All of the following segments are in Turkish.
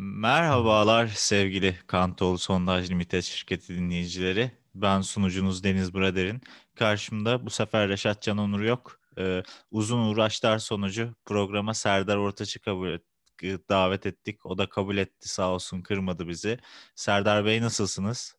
Merhabalar sevgili Kantoğlu Sondaj Limited şirketi dinleyicileri. Ben sunucunuz Deniz Brader'in. Karşımda bu sefer Reşat Can Onur yok. Uzun uğraşlar sonucu programa Serdar Ortaç'ı davet ettik. O da kabul etti, sağ olsun, kırmadı bizi. Serdar Bey, nasılsınız?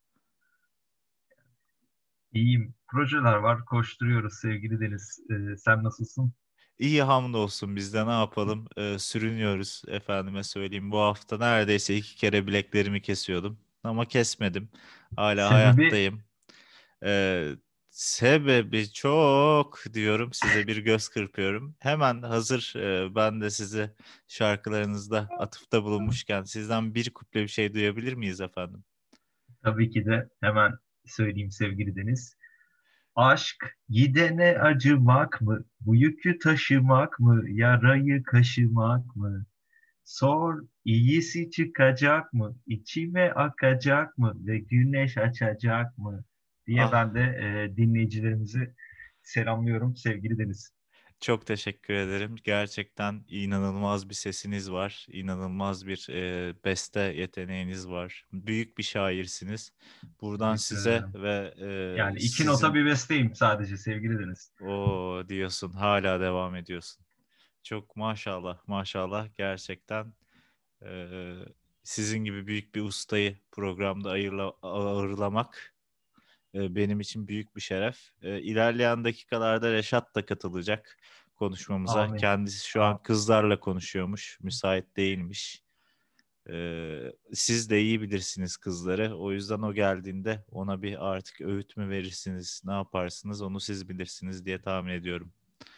İyiyim. Projeler var. Koşturuyoruz sevgili Deniz. Sen nasılsın? İyi, hamdolsun, biz de ne yapalım? Sürünüyoruz, efendime söyleyeyim. Bu hafta neredeyse 2 kere bileklerimi kesiyordum. Ama kesmedim. Hala Sebebi hayattayım. Ee, Sebebi çok diyorum, size bir göz kırpıyorum. Hemen hazır, ben de size şarkılarınızda atıfta bulunmuşken sizden bir kuple bir şey duyabilir miyiz efendim? tabii ki de hemen söyleyeyim sevgili Deniz. Aşk gidene acımak mı? Bu yükü taşımak mı? Yarayı kaşımak mı? Sor iyisi çıkacak mı? İçime akacak mı? Ve güneş açacak mı? Diye Ah, ben de dinleyicilerimizi selamlıyorum sevgili Deniz. çok teşekkür ederim. Gerçekten inanılmaz bir sesiniz var. İnanılmaz bir beste yeteneğiniz var. Büyük bir şairsiniz. Buradan Teşekkür size ederim. ve Yani iki nota sizin bir besteyim sadece sevgili Deniz. o diyorsun, hala devam ediyorsun. Çok maşallah, maşallah, gerçekten eee, sizin gibi büyük bir ustayı programda ağırlamak benim için büyük bir şeref. İlerleyen dakikalarda Reşat da katılacak konuşmamıza. Amin. Kendisi şu an kızlarla konuşuyormuş, müsait değilmiş. Siz de iyi bilirsiniz kızları. O yüzden o geldiğinde ona bir artık öğüt mü verirsiniz, ne yaparsınız, onu siz bilirsiniz diye tahmin ediyorum.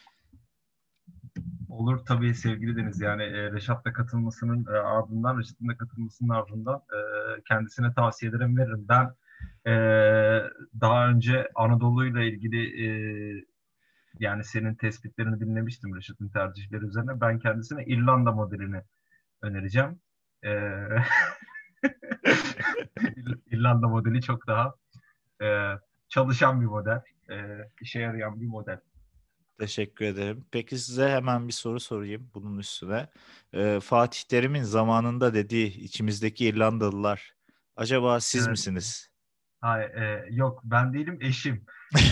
Olur tabii sevgili Deniz. Yani Reşat'la katılmasının ardından, Reşat'ın da katılmasının ardından kendisine tavsiyelerimi veririm. Ben e, daha önce Anadolu'yla ilgili yani senin tespitlerini dinlemiştim Reşat'ın tercihleri üzerine. Ben kendisine İrlanda modelini önereceğim. E, İrlanda modeli çok daha e, çalışan bir model, işe yarayan bir model. Teşekkür ederim. Peki size hemen bir soru sorayım bunun üstüne. Fatih Terim'in zamanında dediği içimizdeki İrlandalılar acaba siz Evet. misiniz? Hayır, yok ben değilim eşim.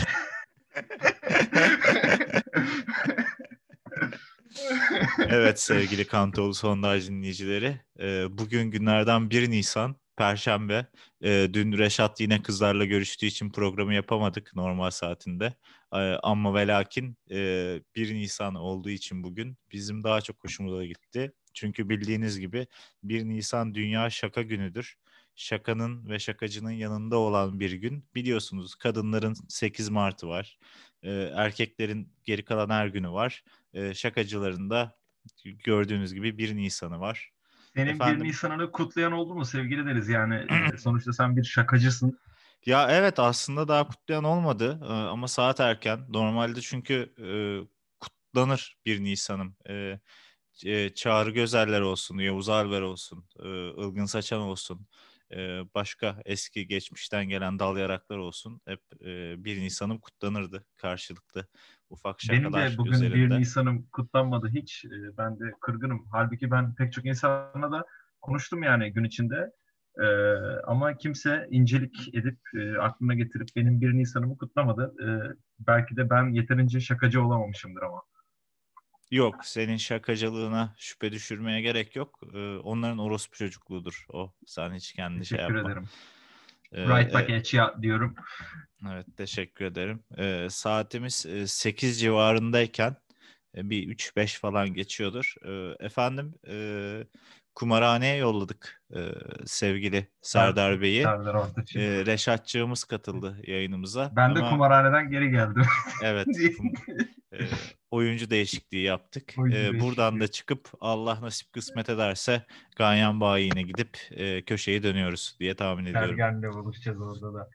Evet sevgili Kantoğlu Sondaj dinleyicileri. Bugün günlerden 1 Nisan Perşembe. Dün Reşat yine kızlarla görüştüğü için programı yapamadık normal saatinde. Ama ve lakin 1 Nisan olduğu için bugün bizim daha çok hoşumuza gitti. Çünkü bildiğiniz gibi 1 Nisan Dünya Şaka Günü'dür. Şakanın ve şakacının yanında olan bir gün. Biliyorsunuz, kadınların 8 Mart'ı var. Erkeklerin geri kalan her günü var. Şakacıların da gördüğünüz gibi 1 Nisan'ı var. Senin bir Efendim, Nisan'ını kutlayan oldu mu sevgili Deniz? Yani sonuçta sen bir şakacısın. ya evet, aslında daha kutlayan olmadı. Ama saat erken. Normalde çünkü kutlanır 1 Nisan'ım. Çağrı Gözeller olsun, Yavuz Alver olsun, Ilgın Saçan olsun, başka eski geçmişten gelen dal yaraklar olsun. Hep 1 Nisan'ım kutlanırdı karşılıklı ufak Benim de şakalar bugün bir üzerinde. Nisan'ım kutlanmadı hiç. Ben de kırgınım. Halbuki ben pek çok insanla da konuştum yani gün içinde. E, Ama kimse incelik edip aklına getirip benim bir Nisan'ımı kutlamadı. Belki de ben yeterince şakacı olamamışımdır ama. Yok, senin şakacılığına şüphe düşürmeye gerek yok. Onların orospu çocukluğudur o. Sen hiç kendi şey Teşekkür yapma. ederim. Ee, Right back e, at ya diyorum. evet, teşekkür ederim. Saatimiz 8 civarındayken bir 3-5 falan geçiyordur. Efendim, kumarhaneye yolladık sevgili Serdar Bey'i. Serdar Ortaç'ı. Reşatçığımız katıldı yayınımıza Ben de ama kumarhaneden geri geldim. evet, oyuncu değişikliği yaptık. Oyuncu Buradan da değişikliği. çıkıp Allah nasip kısmet ederse Ganyan Bayi'ne gidip köşeyi dönüyoruz diye tahmin ediyorum. Sergen'le buluşacağız orada da.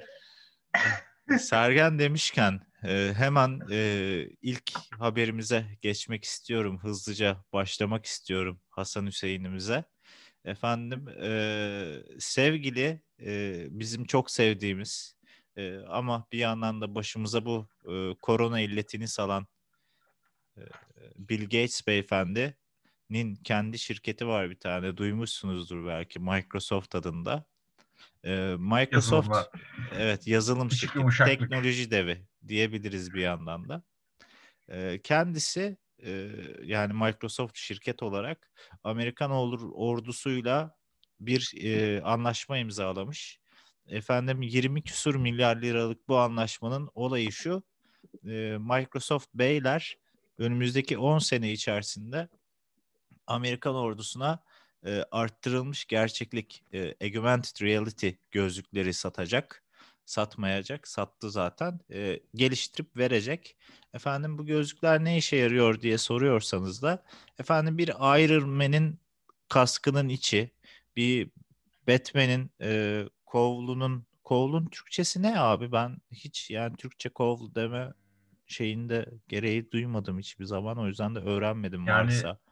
Sergen demişken hemen ilk haberimize geçmek istiyorum. Hızlıca başlamak istiyorum Hasan Hüseyin'imize. Efendim, sevgili, bizim çok sevdiğimiz ama bir yandan da başımıza bu korona illetini salan Bill Gates beyefendi Amerika'nın kendi şirketi var bir tane, duymuşsunuzdur belki, Microsoft adında. Microsoft, Yazılımlar. evet, yazılım Küçük şirketi, yumuşaklık. teknoloji devi diyebiliriz bir yandan da. Kendisi yani Microsoft şirket olarak Amerikan ordusuyla bir anlaşma imzalamış. Efendim 20 küsur milyar liralık bu anlaşmanın olayı şu: Microsoft beyler önümüzdeki 10 sene içerisinde Amerikan ordusuna arttırılmış gerçeklik, augmented reality gözlükleri satacak. Satmayacak, sattı zaten. Geliştirip verecek. Efendim bu gözlükler ne işe yarıyor diye soruyorsanız da, efendim bir Iron Man'in kaskının içi, bir Batman'in kovlun Türkçesi ne abi? Ben hiç yani Türkçe kov deme şeyinde gereği duymadım hiçbir zaman. O yüzden de öğrenmedim Yani varsa.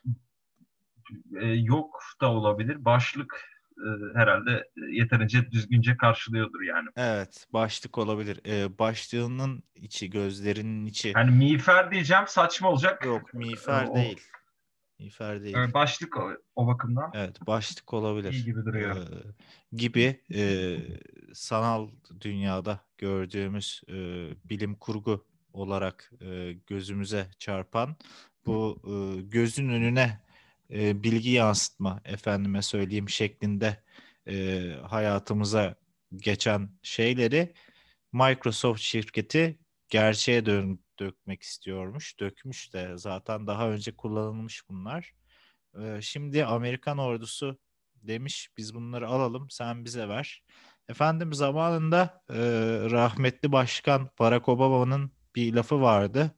yok da olabilir. Başlık herhalde yeterince düzgünce karşılıyordur yani. Evet, başlık olabilir. Başlığının içi, gözlerinin içi. Yani miğfer diyeceğim, saçma olacak. Yok, miğfer O değil. Miğfer değil. başlık o bakımdan Evet, başlık iyi olabilir. gibi duruyor. Gibi sanal dünyada gördüğümüz bilim kurgu olarak gözümüze çarpan bu gözün önüne bilgi yansıtma, efendime söyleyeyim, şeklinde hayatımıza geçen şeyleri Microsoft şirketi gerçeğe dökmek istiyormuş. Dökmüş de zaten, daha önce kullanılmış bunlar. Şimdi Amerikan ordusu demiş biz bunları alalım, sen bize ver. Efendim zamanında rahmetli Başkan Barack Obama'nın bir lafı vardı.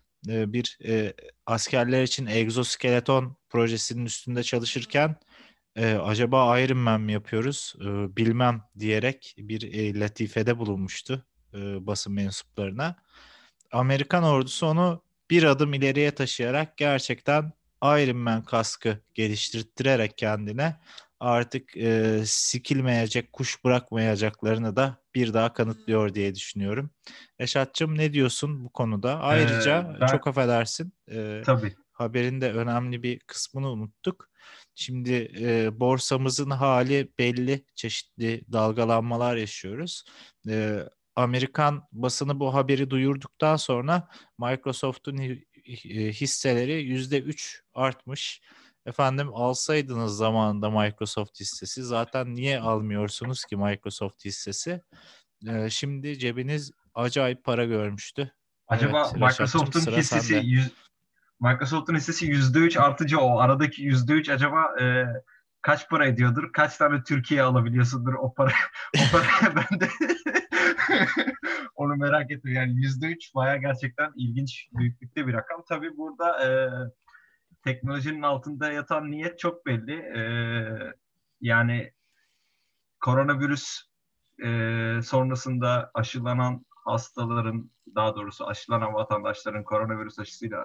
Askerler için egzoskeleton projesinin üstünde çalışırken acaba Iron Man mi yapıyoruz bilmem diyerek bir latifede bulunmuştu basın mensuplarına. Amerikan ordusu onu bir adım ileriye taşıyarak gerçekten Iron Man kaskı geliştirterek kendine artık sikilmeyecek, kuş bırakmayacaklarını da bir daha kanıtlıyor diye düşünüyorum. Eşat'cığım ne diyorsun bu konuda? Ayrıca Ben çok affedersin, tabii. haberin de önemli bir kısmını unuttuk. Şimdi borsamızın hali belli, çeşitli dalgalanmalar yaşıyoruz. E, Amerikan basını bu haberi duyurduktan sonra Microsoft'un hisseleri %3 artmış. Efendim alsaydınız zamanında Microsoft hissesi, zaten niye almıyorsunuz ki Microsoft hissesi? Şimdi cebiniz acayip para görmüştü. Evet Acaba Reşat'cığım, sıra sende. Microsoft'un hissesi %3 artınca o aradaki %3 acaba kaç para ediyordur? Kaç tane Türkiye alabiliyorsundur o para o paraya ben de onu merak ettim. Yani %3 baya gerçekten ilginç büyüklükte bir rakam. Tabii burada teknolojinin altında yatan niyet çok belli. Yani koronavirüs sonrasında aşılanan hastaların, daha doğrusu aşılanan vatandaşların, koronavirüs aşısıyla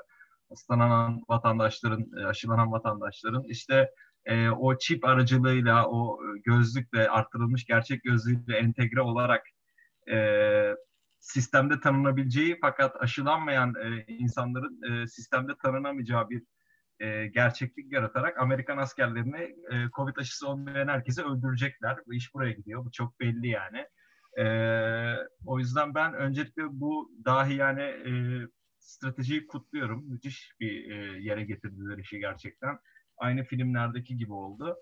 aşılanan vatandaşların işte o çip aracılığıyla, o gözlükle, arttırılmış gerçek gözlüğüyle entegre olarak e, sistemde tanınabileceği, fakat aşılanmayan insanların sistemde tanınamayacağı bir gerçeklik yaratarak Amerikan askerlerini Covid aşısı olmayan herkesi öldürecekler. Bu iş buraya gidiyor. Bu çok belli yani. E, O yüzden ben öncelikle bu dahi yani stratejiyi kutluyorum. Müthiş bir yere getirdiler işi gerçekten. Aynı filmlerdeki gibi oldu.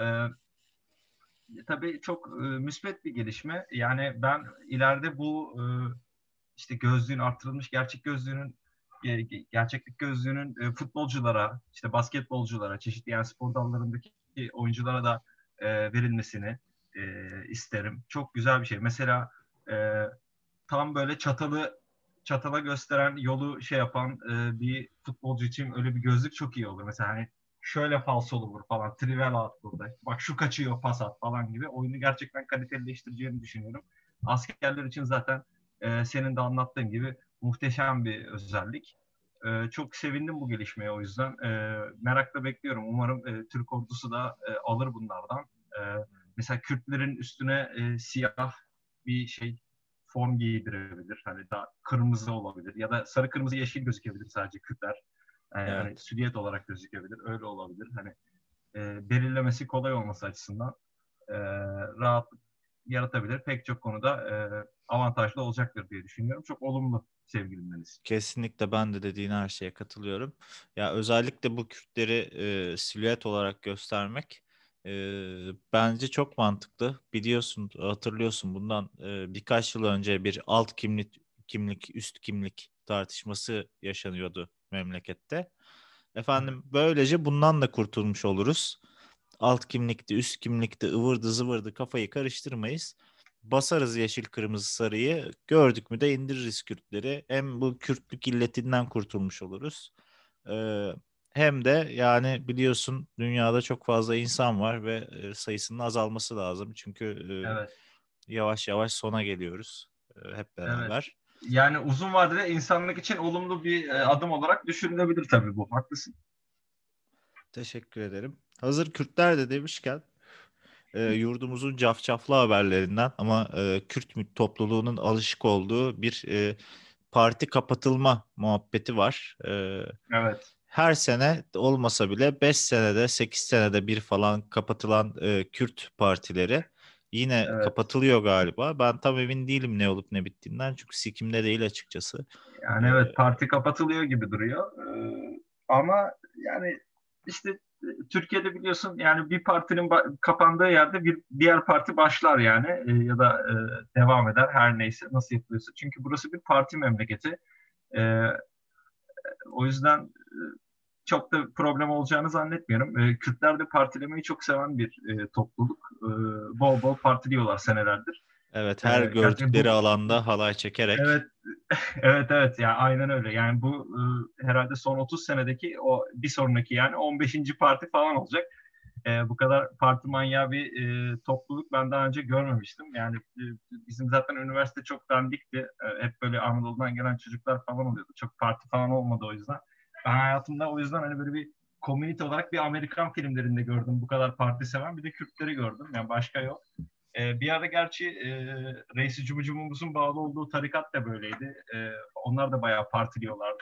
Tabii çok müspet bir gelişme. Yani ben ileride bu işte gözlüğün artırılmış gerçek gözlüğünün gerçeklik gözlüğünün futbolculara, işte basketbolculara, çeşitli yani spor dallarındaki oyunculara da verilmesini isterim. Çok güzel bir şey. Mesela e, tam böyle çatala gösteren yolu şey yapan bir futbolcu için öyle bir gözlük çok iyi olur. Mesela hani şöyle falsolu vur falan, trivel at burada. Bak şu kaçıyor, pas at falan gibi. Oyunu gerçekten kalitelileştireceğini düşünüyorum. Askerler için zaten senin de anlattığın gibi muhteşem bir özellik. Çok sevindim bu gelişmeye o yüzden. Merakla bekliyorum. Umarım Türk ordusu da alır bunlardan. E, Mesela Kürtlerin üstüne siyah bir şey form giydirebilir. Hani daha kırmızı olabilir ya da sarı kırmızı yeşil gözükebilir sadece Kürtler. Hani Evet. silüet olarak gözükebilir. Öyle olabilir. Hani belirlemesi kolay olması açısından rahatlık yaratabilir. Pek çok konuda avantajlı olacaktır diye düşünüyorum. Çok olumlu sevgili Deniz. Kesinlikle ben de dediğin her şeye katılıyorum. Ya özellikle bu Kürtleri silüet olarak göstermek e, bence çok mantıklı. Biliyorsun, hatırlıyorsun bundan birkaç yıl önce bir alt kimlik, üst kimlik tartışması yaşanıyordu memlekette. Evet. Efendim böylece bundan da kurtulmuş oluruz. Alt kimlikte, üst kimlikte ıvırdı zıvırdı kafayı karıştırmayız. Basarız yeşil, kırmızı, sarıyı. Gördük mü de indiririz Kürtleri. Hem bu Kürtlük illetinden kurtulmuş oluruz. Ee, Hem de yani biliyorsun dünyada çok fazla insan var ve sayısının azalması lazım. Çünkü Evet. yavaş yavaş sona geliyoruz hep Evet. beraber. Yani uzun vadede insanlık için olumlu bir adım olarak düşünülebilir tabii bu. Haklısın. Teşekkür ederim. Hazır Kürtler de demişken yurdumuzun cafcaflı haberlerinden ama Kürt topluluğunun alışık olduğu bir parti kapatılma muhabbeti var. Evet. Her sene olmasa bile 5 senede 8 senede bir falan kapatılan Kürt partileri yine Evet. kapatılıyor galiba. Ben tam emin değilim ne olup ne bittiğinden çünkü sikimde değil açıkçası. Yani E, evet, parti kapatılıyor gibi duruyor. Ama yani işte Türkiye'de biliyorsun yani bir partinin kapandığı yerde bir diğer parti başlar yani ya da devam eder, her neyse nasıl yapılıyorsa. Çünkü burası bir parti memleketi. E, O yüzden çok da problem olacağını zannetmiyorum. Kürtler de partilemeyi çok seven bir topluluk. Bol bol partiliyorlar senelerdir. evet, her Yani gördükleri alanda halay çekerek. evet. Evet, evet, ya aynen öyle. Yani bu herhalde son 30 senedeki o bir sonraki yani 15. parti falan olacak. Bu kadar parti manyağı bir topluluk ben daha önce görmemiştim. Yani bizim zaten üniversite çok dandikti. Hep böyle Anadolu'dan gelen çocuklar falan oluyordu. Çok parti falan olmadı o yüzden. Ben hayatımda o yüzden hani böyle bir komünite olarak bir Amerikan filmlerinde gördüm bu kadar parti seven. Bir de Kürtleri gördüm. Yani başka yok. Bir ara gerçi Reis-i Cumhurumuzun bağlı olduğu tarikat da böyleydi. Onlar da bayağı partiliyorlardı.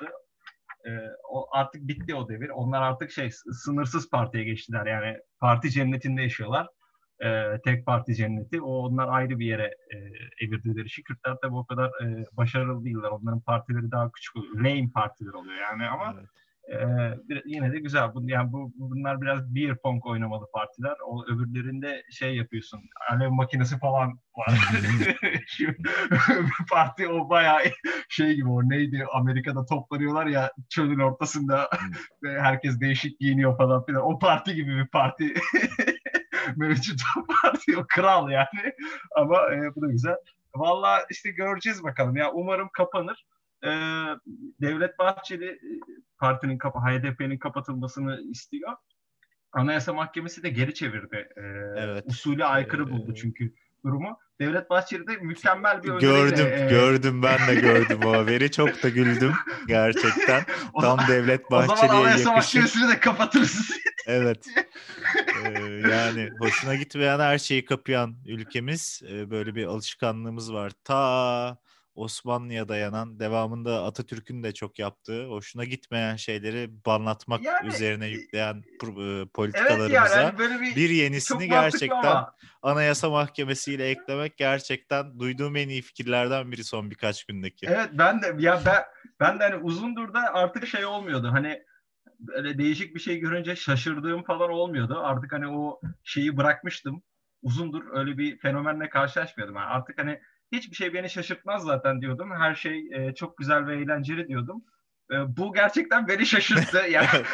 O artık bitti o devir. Onlar artık sınırsız partiye geçtiler. Yani parti cennetinde yaşıyorlar. Tek parti cenneti. Onlar ayrı bir yere evirdiler işi. Kürtler tabii o kadar başarılı değiller. Onların partileri daha küçük oluyor. Lame partiler oluyor yani ama Evet. yine de güzel. Yani bunlar biraz beer pong oynamalı partiler. O öbürlerinde şey yapıyorsun. Alev makinesi falan var. Şu parti o bayağı şey gibi, o neydi, Amerika'da toplanıyorlar ya çölün ortasında ve herkes değişik giyiniyor falan filan. O parti gibi bir parti mevcut, o parti o kral yani. Ama bu da güzel. Valla işte göreceğiz bakalım. Ya umarım kapanır. E, Devlet Bahçeli partinin HDP'nin kapatılmasını istiyor. Anayasa Mahkemesi de geri çevirdi. Evet. Usulü aykırı buldu çünkü durumu. Devlet Bahçeli de mükemmel bir öneriyle Gördüm ben de gördüm o haberi. Çok da güldüm gerçekten. o, zaman, Tam Devlet o zaman Bahçeli'ye Anayasa yakışır. Mahkemesi'ni de kapatırız. Evet. Ee, Yani hoşuna gitmeyen her şeyi kapayan ülkemiz, böyle bir alışkanlığımız var. Ta Osmanlı'ya dayanan, devamında Atatürk'ün de çok yaptığı, hoşuna gitmeyen şeyleri banlatmak Yani üzerine yükleyen evet, yani politikalarımıza hani böyle bir bir çok yenisini mantıklı gerçekten ama Anayasa Mahkemesi ile eklemek gerçekten duyduğum en iyi fikirlerden biri son birkaç gündeki. evet, ben de hani uzundur da artık şey olmuyordu. Hani böyle değişik bir şey görünce şaşırdığım falan olmuyordu. Artık hani o şeyi bırakmıştım. Uzundur öyle bir fenomenle karşılaşmıyordum. Yani artık hani hiçbir şey beni şaşırtmaz zaten diyordum. Her şey çok güzel ve eğlenceli diyordum. Bu gerçekten beni şaşırttı. Yani Evet.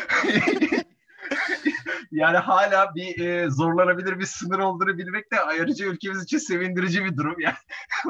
yani hala bir zorlanabilir bir sınır olduğunu bilmek de ayrıca ülkemiz için sevindirici bir durum. Yani,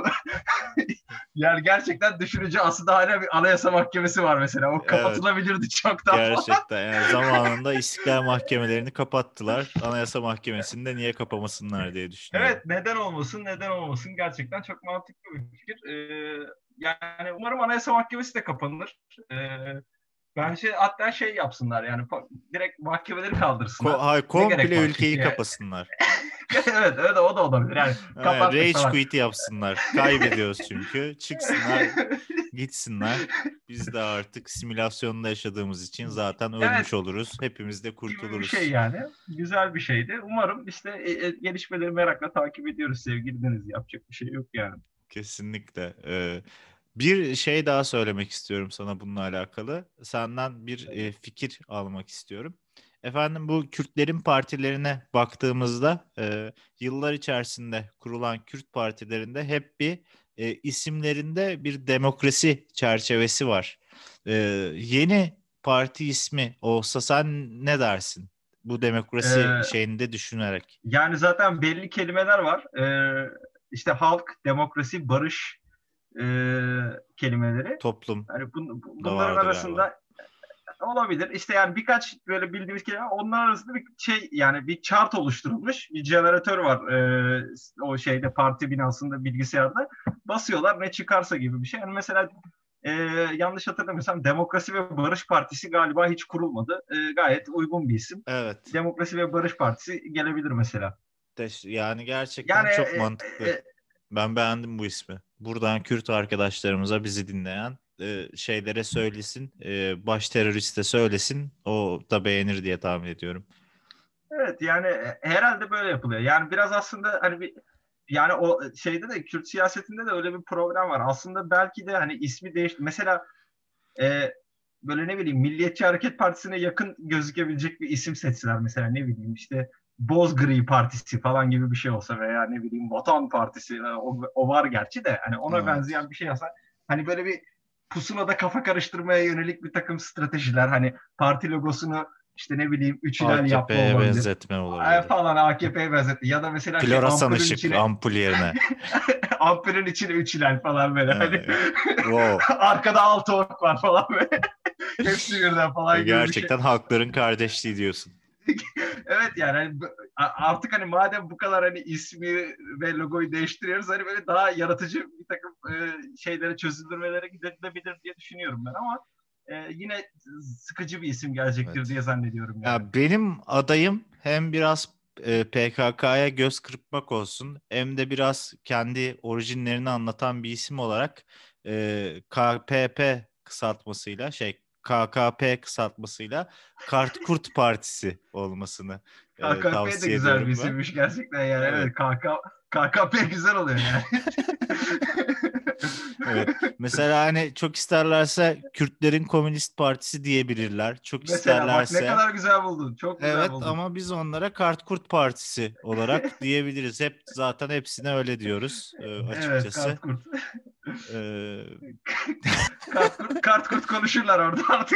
yani gerçekten düşününce aslında hala bir anayasa mahkemesi var mesela. O Evet. kapatılabilirdi çoktan falan. Gerçekten yani zamanında istiklal mahkemelerini kapattılar. Anayasa Mahkemesi'ni de niye kapamasınlar diye düşünüyorum. Evet, neden olmasın, neden olmasın, gerçekten çok mantıklı bir fikir. Yani umarım Anayasa Mahkemesi de kapanır. Bence hatta şey yapsınlar yani direkt mahkemeleri kaldırsınlar. Ne gerek Komple var ülkeyi çünkü kapasınlar. Evet, öyle o da olabilir. Yani kapattık Rage falan. quit yapsınlar. Kaybediyoruz çünkü. Çıksınlar, gitsinler. Biz de artık simülasyonda yaşadığımız için zaten Evet, ölmüş oluruz. Hepimiz de gibi bir şey kurtuluruz. yani. Güzel bir şeydi. Umarım işte gelişmeleri merakla takip ediyoruz sevgili Deniz. Yapacak bir şey yok yani. Kesinlikle. Bir şey daha söylemek istiyorum sana bununla alakalı. Senden bir fikir almak istiyorum. Efendim bu Kürtlerin partilerine baktığımızda yıllar içerisinde kurulan Kürt partilerinde hep bir isimlerinde bir demokrasi çerçevesi var. E, Yeni parti ismi olsa sen ne dersin? Bu demokrasi E, şeyini de düşünerek. Yani zaten belli kelimeler var. İşte halk, demokrasi, barış e, kelimeleri. Toplum Yani da bunların vardı galiba. arasında olabilir. İşte yani birkaç böyle bildiğimiz kelime, onlar arasında bir şey, yani bir chart oluşturulmuş. Bir jeneratör var o şeyde, parti binasında, bilgisayarda. Basıyorlar, ne çıkarsa gibi bir şey. Yani mesela e, yanlış hatırlamıyorsam Demokrasi ve Barış Partisi galiba hiç kurulmadı. Gayet uygun bir isim. Evet. Demokrasi ve Barış Partisi gelebilir mesela. Yani gerçekten Yani çok mantıklı. Ben beğendim bu ismi. Buradan Kürt arkadaşlarımıza bizi dinleyen şeylere söylesin. Baş teröriste söylesin. O da beğenir diye tahmin ediyorum. evet, yani herhalde böyle yapılıyor. Yani biraz aslında hani bir, yani o şeyde de, Kürt siyasetinde de öyle bir problem var. Aslında belki de hani ismi değiş, mesela e, böyle ne bileyim, Milliyetçi Hareket Partisi'ne yakın gözükebilecek bir isim seçseler, mesela ne bileyim işte Bozgri Partisi falan gibi bir şey olsa, veya ne bileyim Vatan Partisi, o var gerçi de, hani ona Evet. benzeyen bir şey olsa, hani böyle bir pusulada kafa karıştırmaya yönelik bir takım stratejiler, hani parti logosunu işte ne bileyim üç hilal yapma AKP'ye olabilir benzetme olabilir. falan, AKP'ye benzetti, ya da mesela şey, Floresan ampulün ışık içine ampul yerine. ampulün içine üç hilal falan, böyle hani Wow. arkada altı ok var falan, böyle hepsi birden falan gibi bir şey. Gerçekten halkların kardeşliği diyorsun. Evet, yani hani artık hani madem bu kadar hani ismi ve logoyu değiştiriyoruz, hani böyle daha yaratıcı bir takım şeylere, çözüldürmelere gidebilir diye düşünüyorum ben, ama yine sıkıcı bir isim gelecektir Evet. diye zannediyorum yani. Ya benim adayım hem biraz PKK'ya göz kırpmak olsun hem de biraz kendi orijinlerini anlatan bir isim olarak KPP kısaltmasıyla KKP kısaltmasıyla Kart-Kurt Partisi olmasını KKP de tavsiye güzel bir ediyorum ben. isimmiş gerçekten yani. Evet. Evet, KKP güzel oluyor yani. Evet. Mesela hani çok isterlerse Kürtlerin Komünist Partisi diyebilirler. Çok Mesela bak, ne isterlerse kadar güzel buldun. Çok güzel evet buldun. ama biz onlara Kart Kurt Partisi olarak diyebiliriz. Hep zaten hepsine öyle diyoruz Evet, açıkçası. kart kurt. E, Kart kurt konuşurlar orada artık.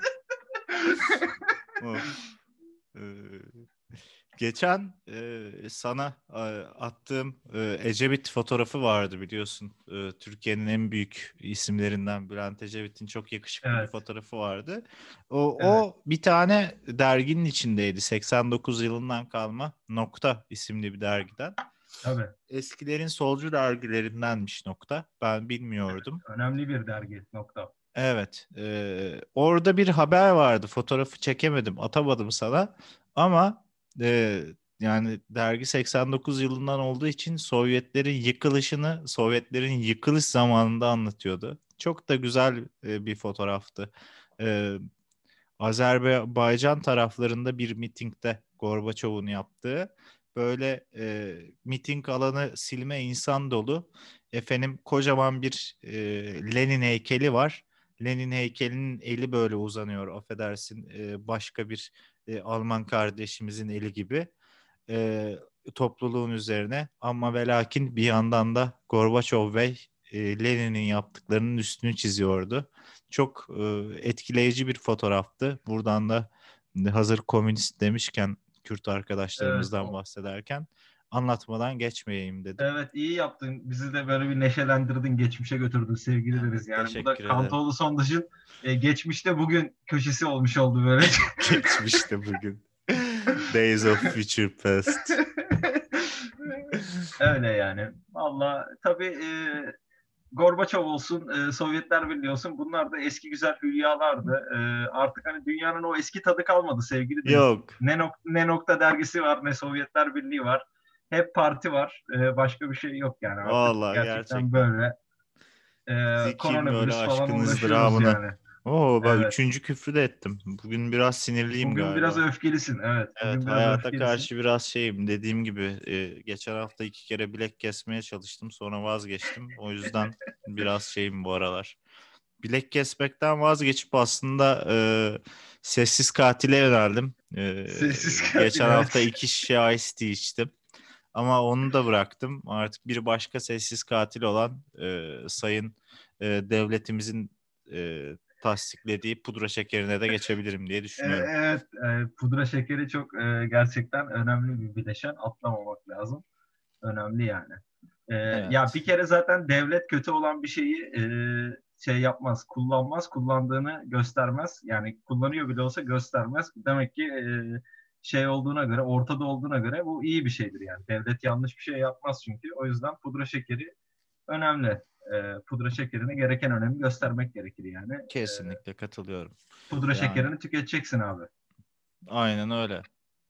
of. E, Geçen sana attığım Ecevit fotoğrafı vardı biliyorsun. Türkiye'nin en büyük isimlerinden Bülent Ecevit'in çok yakışıklı bir Evet, fotoğrafı vardı. evet, O bir tane derginin içindeydi. 89 yılından kalma Nokta isimli bir dergiden. tabii. Eskilerin solcu dergilerindenmiş Nokta. Ben bilmiyordum. Önemli bir dergi, nokta. Evet, orada bir haber vardı. Fotoğrafı çekemedim, atamadım sana. Ama e, yani dergi 89 yılından olduğu için Sovyetlerin yıkılış zamanında anlatıyordu. Çok da güzel bir fotoğraftı. E, Azerbaycan taraflarında bir mitingde Gorbaçov'un yaptığı böyle miting alanı silme insan dolu. Efendim kocaman bir Lenin heykeli var. Lenin heykelinin eli böyle uzanıyor. Affedersin başka bir Alman kardeşimizin eli gibi. E, Topluluğun üzerine ama ve lakin bir yandan da Gorbaçov Bey Lenin'in yaptıklarının üstünü çiziyordu. Çok etkileyici bir fotoğraftı. Buradan da hazır komünist demişken Kürt Evet, arkadaşlarımızdan bahsederken anlatmadan geçmeyeyim dedim. evet, iyi yaptın. Bizi de böyle bir neşelendirdin, geçmişe götürdün sevgili deriz. Evet, Yani bu da teşekkür ederim. Kantoğlu Sondaj'ın geçmişte bugün köşesi olmuş oldu böylece. Geçmişte bugün. Days of Future Past. Öyle yani. Valla tabii Gorbaçov olsun, Sovyetler Birliği olsun, bunlar da eski güzel hülyalardı. Artık hani dünyanın o eski tadı kalmadı sevgili Deniz. Yok. Ne nokta dergisi var, ne Sovyetler Birliği var. hep parti var. Başka bir şey yok yani. Artık Vallahi gerçekten gerçekten. böyle Zikir böyle koronavirüs falan aşkın uğraşıyoruz ızdırabına. yani. Oo, ben Evet. üçüncü küfrü de ettim. Bugün biraz sinirliyim Bugün biraz galiba. öfkelisin. Evet. Evet, Bugün biraz hayata öfkelisin. karşı biraz şeyim. Dediğim gibi geçen hafta 2 kere bilek kesmeye çalıştım. Sonra vazgeçtim. O yüzden biraz şeyim bu aralar. Bilek kesmekten vazgeçip aslında sessiz katile yöneldim. Sessiz katil, Geçen hafta evet. 2 şişe Ice Tea içtim. Ama onu da bıraktım. Artık bir başka sessiz katil olan sayın devletimizin tasdiklediği pudra şekerine de geçebilirim diye düşünüyorum. Evet, pudra şekeri çok gerçekten önemli bir bileşen. Atlamamak lazım. Önemli yani. E, Ya Evet. bir kere zaten devlet kötü olan bir şeyi şey yapmaz, kullanmaz, kullandığını göstermez. Yani kullanıyor bile olsa göstermez. Demek ki şey olduğuna göre, ortada olduğuna göre bu iyi bir şeydir yani. Devlet yanlış bir şey yapmaz çünkü. O yüzden pudra şekeri önemli. Pudra şekerini gereken önemi göstermek gerekir yani. Kesinlikle katılıyorum. Pudra Yani şekerini tüketeceksin abi. aynen öyle.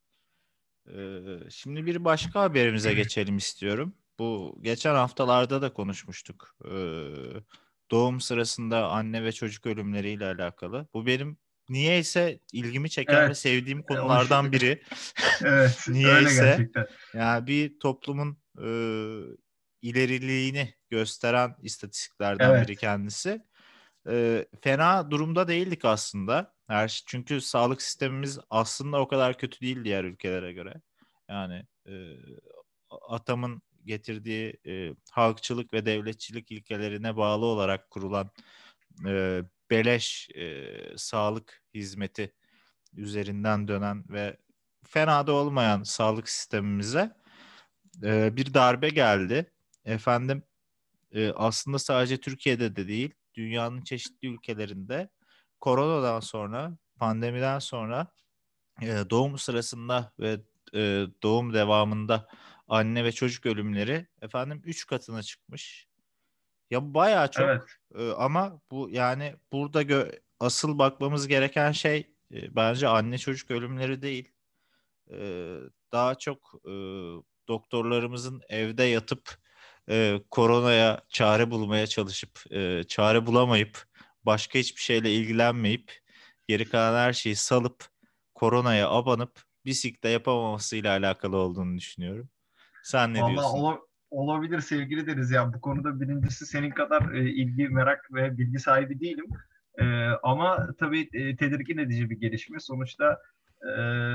Şimdi bir başka haberimize geçelim istiyorum. Bu geçen haftalarda da konuşmuştuk. Doğum sırasında anne ve çocuk ölümleriyle alakalı. Bu benim niyeyse ilgimi çeken ve Evet. sevdiğim Hoş. konulardan biri. Evet. Öyle Niyeyse gerçekten. yani bir toplumun ileriliğini gösteren istatistiklerden biri Evet. kendisi. Fena durumda değildik aslında. Çünkü sağlık sistemimiz aslında o kadar kötü değil diğer ülkelere göre. Yani atamın getirdiği halkçılık ve devletçilik ilkelerine bağlı olarak kurulan beleş sağlık hizmeti üzerinden dönen ve fena da olmayan sağlık sistemimize bir darbe geldi. Efendim, aslında sadece Türkiye'de de değil, dünyanın çeşitli ülkelerinde koronadan sonra, pandemiden sonra doğum sırasında ve doğum devamında anne ve çocuk ölümleri efendim 3 katına çıkmış. Ya bayağı Evet. çok ama bu yani burada asıl bakmamız gereken şey bence anne çocuk ölümleri değil. E, Daha çok doktorlarımızın evde yatıp koronaya çare bulmaya çalışıp çare bulamayıp başka hiçbir şeyle ilgilenmeyip geri kalan her şeyi salıp koronaya abanıp bisikle yapamamasıyla alakalı olduğunu düşünüyorum. Sen ne Vallahi diyorsun? olabilir sevgili deriz ya. Bu konuda birincisi senin kadar ilgi, merak ve bilgi sahibi değilim. Ama tabii tedirgin edici bir gelişme. Sonuçta e,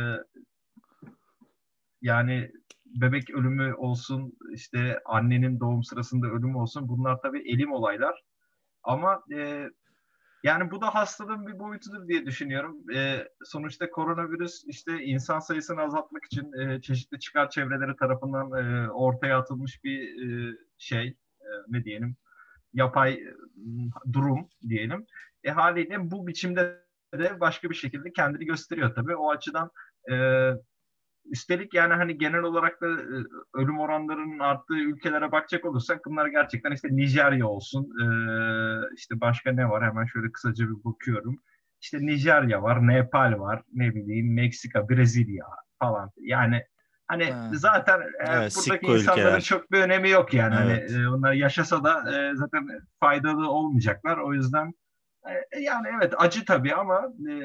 yani bebek ölümü olsun, işte annenin doğum sırasında ölümü olsun. Bunlar tabii elim olaylar. Ama yani bu da hastalığın bir boyutudur diye düşünüyorum. Sonuçta koronavirüs işte insan sayısını azaltmak için çeşitli çıkar çevreleri tarafından ortaya atılmış bir şey, ne diyelim, yapay durum diyelim. Haliyle bu biçimde de başka bir şekilde kendini gösteriyor tabii. O açıdan e, üstelik yani hani genel olarak da ölüm oranlarının arttığı ülkelere bakacak olursak bunlar gerçekten işte Nijerya olsun, işte başka ne var hemen şöyle kısaca bir bakıyorum. İşte Nijerya var, Nepal var, ne bileyim Meksika, Brezilya falan. Yani hani Ha. zaten Evet, buradaki sikko insanların ülkeler. çok bir önemi yok yani. Hani Evet. onlar yaşasa da zaten faydalı olmayacaklar. O yüzden yani evet acı tabii ama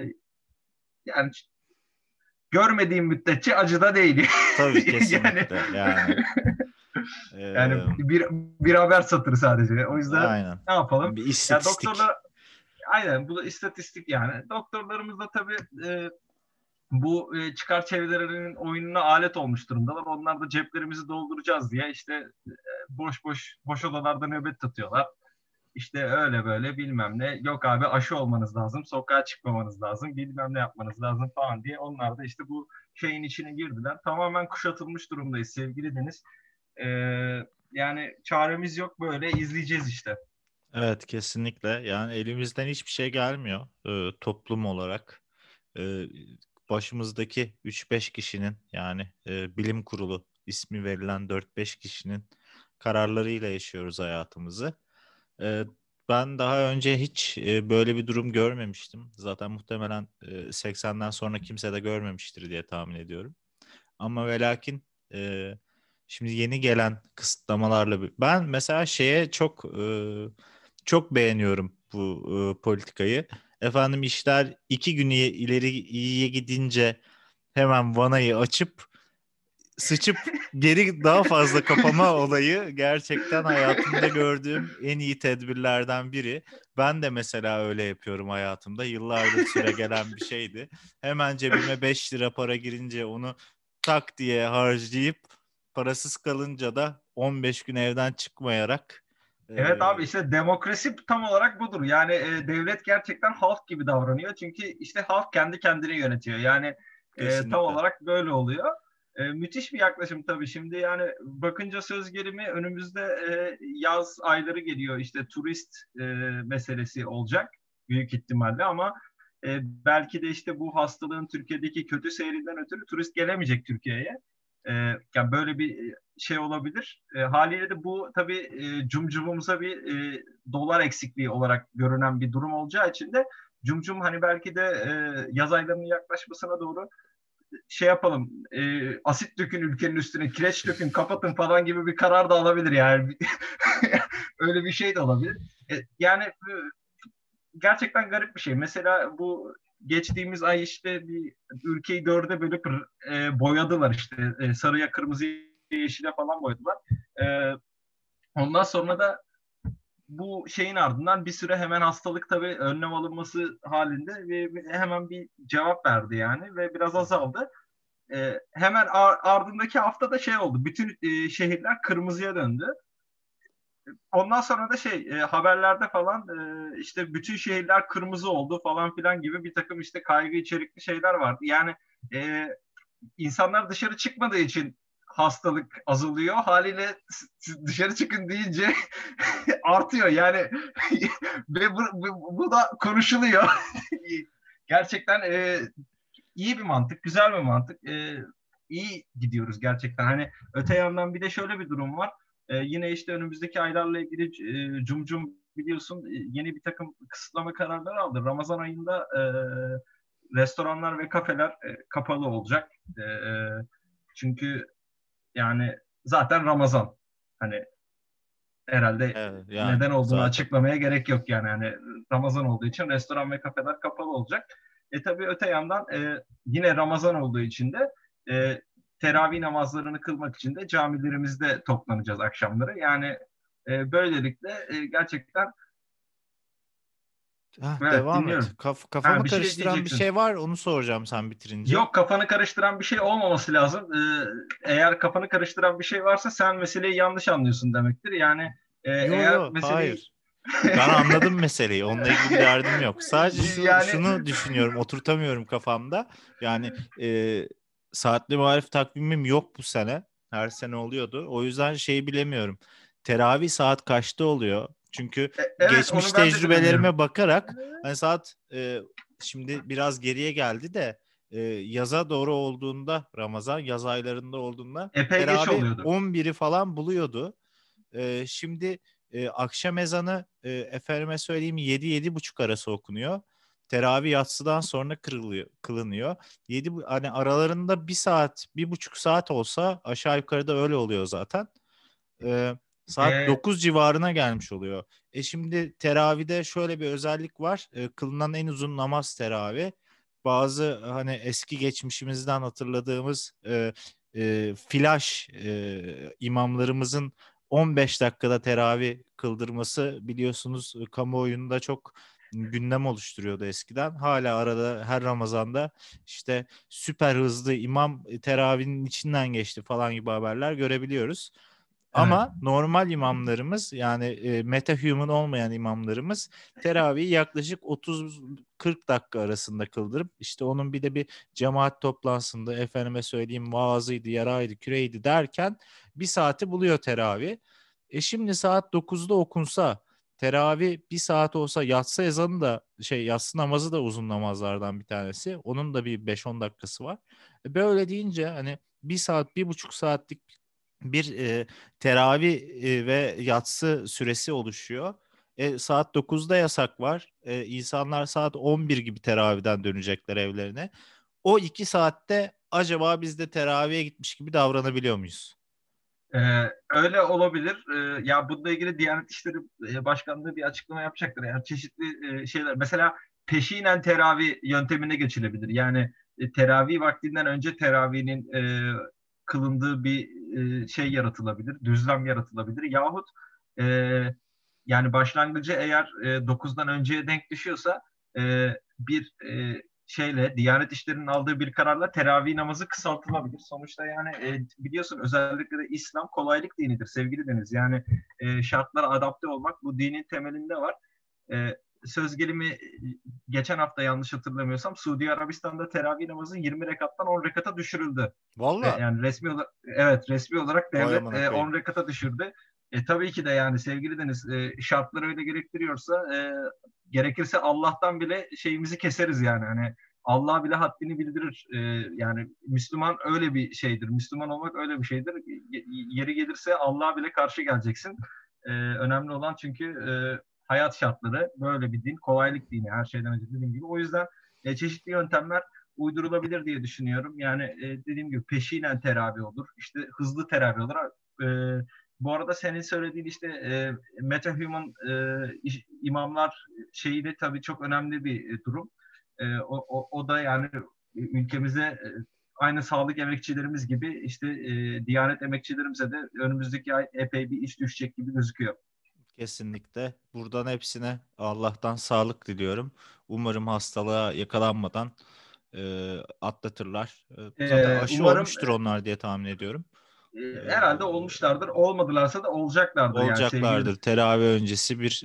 yani görmediğim müddetçe acı da değil. Tabii, Yani kesinlikle yani. yani Eee, bir haber satırı sadece. O yüzden aynen. ne yapalım? Bir Ya istatistik. doktorlar aynen bu da istatistik yani. Doktorlarımız da tabii bu çıkar çevrelerinin oyununa alet olmuş durumdalar. Onlar da ceplerimizi dolduracağız diye işte boş odalarda nöbet tutuyorlar. İşte öyle böyle bilmem ne. Yok abi aşı olmanız lazım, sokağa çıkmamanız lazım, bilmem ne yapmanız lazım falan diye. Onlar da işte bu şeyin içine girdiler. Tamamen kuşatılmış durumdayız sevgili Deniz. Yani çaremiz yok böyle izleyeceğiz işte. Evet, kesinlikle. Yani elimizden hiçbir şey gelmiyor toplum olarak. Eee, Başımızdaki 3-5 kişinin yani bilim kurulu ismi verilen 4-5 kişinin kararlarıyla yaşıyoruz hayatımızı. Eee, Ben daha önce hiç böyle bir durum görmemiştim. Zaten muhtemelen 80'den sonra kimse de görmemiştir diye tahmin ediyorum. Ama ve lakin şimdi yeni gelen kısıtlamalarla ben mesela şeye çok beğeniyorum bu politikayı. Efendim işler 2 gün ileri iyiye gidince hemen vanayı açıp sıçıp geri daha fazla kapama olayı gerçekten hayatımda gördüğüm en iyi tedbirlerden biri. Ben de mesela öyle yapıyorum hayatımda. Yıllardır süregelen bir şeydi. Hemen cebime 5 lira para girince onu tak diye harcayıp parasız kalınca da 15 gün evden çıkmayarak Evet e, abi, işte demokrasi tam olarak budur. Yani devlet gerçekten halk gibi davranıyor. Çünkü işte halk kendi kendini yönetiyor. Yani tam kesinlikle. olarak böyle oluyor. Müthiş bir yaklaşım tabii. Şimdi yani bakınca söz gelimi önümüzde yaz ayları geliyor. İşte turist meselesi olacak büyük ihtimalle, ama belki de işte bu hastalığın Türkiye'deki kötü seyrinden ötürü turist gelemeyecek Türkiye'ye. Yani böyle bir şey olabilir. Haliyle de bu tabii cumcumumuza bir dolar eksikliği olarak görünen bir durum olacağı için de cumcum hani belki de yaz aylarının yaklaşmasına doğru şey yapalım, asit dökün ülkenin üstüne, kireç dökün, kapatın falan gibi bir karar da alabilir yani. Öyle bir şey de olabilir. Yani gerçekten garip bir şey. Mesela bu geçtiğimiz ay işte bir ülkeyi dörde bölüp boyadılar işte. Sarıya, kırmızıya, yeşile falan boyadılar. E, Ondan sonra da bu şeyin ardından bir süre hemen hastalık tabii önlem alınması halinde ve hemen bir cevap verdi yani ve biraz azaldı. Hemen ardındaki hafta da şey oldu. Bütün şehirler kırmızıya döndü. Ondan sonra da şey haberlerde falan işte bütün şehirler kırmızı oldu falan filan gibi bir takım işte kaygı içerikli şeyler vardı. Yani e, insanlar dışarı çıkmadığı için hastalık azalıyor. Haliyle dışarı çıkın deyince artıyor. Yani ve bu da konuşuluyor. Gerçekten iyi bir mantık, güzel bir mantık. İyi gidiyoruz gerçekten. Hani öte yandan bir de şöyle bir durum var. Yine işte önümüzdeki aylarla ilgili Cumcum biliyorsun yeni bir takım kısıtlama kararları aldı. Ramazan ayında restoranlar ve kafeler kapalı olacak. Çünkü yani zaten Ramazan. Hani herhalde Evet, yani neden olduğunu zaten. açıklamaya gerek yok yani. Hani Ramazan olduğu için restoran ve kafeler kapalı olacak. Tabii öte yandan yine Ramazan olduğu için de teravih namazlarını kılmak için de camilerimizde toplanacağız akşamları. Yani böylelikle gerçekten evet, Devam et. dinliyorum. Ha, Kafamı bir şey karıştıran bir diyeceksin. şey var, onu soracağım sen bitirince. Yok, kafanı karıştıran bir şey olmaması lazım. Eğer kafanı karıştıran bir şey varsa sen meseleyi yanlış anlıyorsun demektir. Yani Yo eğer yo, meseleyi hayır. Ben anladım meseleyi. Onunla ilgili bir derdim yok. Sadece yani şunu düşünüyorum, oturtamıyorum kafamda. Yani saatli marif takvimim yok bu sene. Her sene oluyordu. O yüzden şeyi bilemiyorum. Teravih saat kaçta oluyor? Çünkü evet, geçmiş onu ben de bilemiyorum. tecrübelerime bakarak hani saat şimdi biraz geriye geldi de yaza doğru olduğunda Ramazan yaz aylarında olduğunda Epey geç teravih oluyordu. 11'i falan buluyordu. Şimdi akşam ezanı efendime söyleyeyim 7-7.30 arası okunuyor. Teravih yatsıdan sonra kılınıyor. Hani aralarında 1 saat, 1,5 saat olsa aşağı yukarıda öyle oluyor zaten. Saat E, 9 civarına gelmiş oluyor. Şimdi teravide şöyle bir özellik var. Kılınan en uzun namaz teravih. Bazı hani eski geçmişimizden hatırladığımız flash imamlarımızın 15 dakikada teravih kıldırması biliyorsunuz kamuoyunda çok gündem oluşturuyordu eskiden. Hala arada her Ramazan'da işte süper hızlı imam teravihinin içinden geçti falan gibi haberler görebiliyoruz. evet. Ama normal imamlarımız yani metahuman olmayan imamlarımız teravihi yaklaşık 30-40 dakika arasında kıldırıp işte onun bir de bir cemaat toplantısında efendime söyleyeyim vaazıydı, yaraydı, küreydi derken 1 saati buluyor teravih. Şimdi saat 9'da okunsa teravih 1 saat olsa yatsı ezanı da yatsı namazı da uzun namazlardan bir tanesi. Onun da bir 5-10 dakikası var. Böyle deyince hani 1 saat, 1,5 saatlik bir teravih ve yatsı süresi oluşuyor. Saat 9'da yasak var. İnsanlar saat 11 gibi teravihden dönecekler evlerine. O 2 saatte acaba biz de teravihe gitmiş gibi davranabiliyor muyuz? Öyle olabilir. Ya bununla ilgili Diyanet İşleri Başkanlığı bir açıklama yapacaktır. Yani çeşitli şeyler. Mesela peşinen teravih yöntemine geçilebilir. Yani teravih vaktinden önce teravihinin kılındığı bir şey yaratılabilir. Düzlem yaratılabilir. Yahut e, yani başlangıcı eğer 9'dan önceye denk düşüyorsa bir şeyle Diyanet İşleri'nin aldığı bir kararla teravih namazı kısaltılabilir. Sonuçta yani biliyorsun özellikle de İslam kolaylık dinidir sevgili Deniz. Yani şartlara adapte olmak bu dinin temelinde var. E, Söz gelimi geçen hafta yanlış hatırlamıyorsam Suudi Arabistan'da teravih namazı 20 rekattan 10 rekata düşürüldü. Valla. Yani evet resmi olarak Vay devlet amına koyayım. 10 rekata düşürdü. Tabii ki de yani sevgili Deniz şartlar öyle gerektiriyorsa gerekirse Allah'tan bile şeyimizi keseriz yani. Hani Allah bile haddini bildirir. Yani Müslüman öyle bir şeydir. Müslüman olmak öyle bir şeydir. Yeri gelirse Allah'a bile karşı geleceksin. Önemli olan çünkü hayat şartları böyle bir din. Kolaylık dini her şeyden önce dediğim gibi. O yüzden çeşitli yöntemler uydurulabilir diye düşünüyorum. Yani dediğim gibi peşinen teravih olur. İşte hızlı teravih olur. Bu arada senin söylediğin işte metahuman imamlar şeyi de tabii çok önemli bir durum. O da yani ülkemize aynı sağlık emekçilerimiz gibi işte Diyanet emekçilerimize de önümüzdeki ay epey bir iş düşecek gibi gözüküyor. Kesinlikle. Buradan hepsine Allah'tan sağlık diliyorum. Umarım hastalığa yakalanmadan atlatırlar. Zaten aşı Umarım olmuştur onlar diye tahmin ediyorum. E, herhalde olmuşlardır. Olmadılarsa da olacaklardır yani sevgili. Olacaklardır. Teravih öncesi bir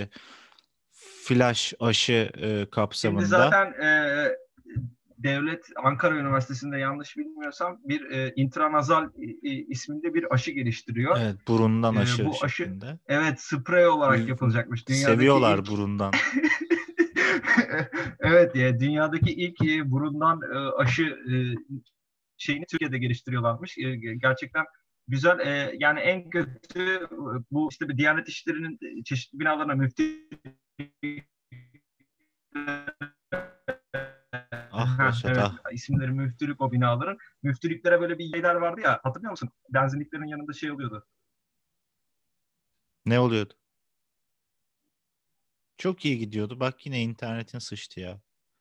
flash aşı Şimdi kapsamında. zaten devlet Ankara Üniversitesi'nde yanlış bilmiyorsam bir intranazal isminde bir aşı geliştiriyor. Evet, burundan aşı Bu aşı şeklinde. evet sprey olarak yapılacakmış. Dünyadaki Seviyorlar ilk burundan. evet ya dünyadaki ilk burundan aşı şeyini Türkiye'de geliştiriyorlarmış. Gerçekten güzel. Yani en kötü bu işte bir Diyanet İşleri'nin çeşitli binalarına müftü Ah Reşat evet ah. isimleri müftülük o binaların. Müftülüklere böyle bir yerler vardı ya hatırlıyor musun? Benzinliklerin yanında şey oluyordu. Ne oluyordu? Çok iyi gidiyordu. Bak yine internetin sıçtı ya.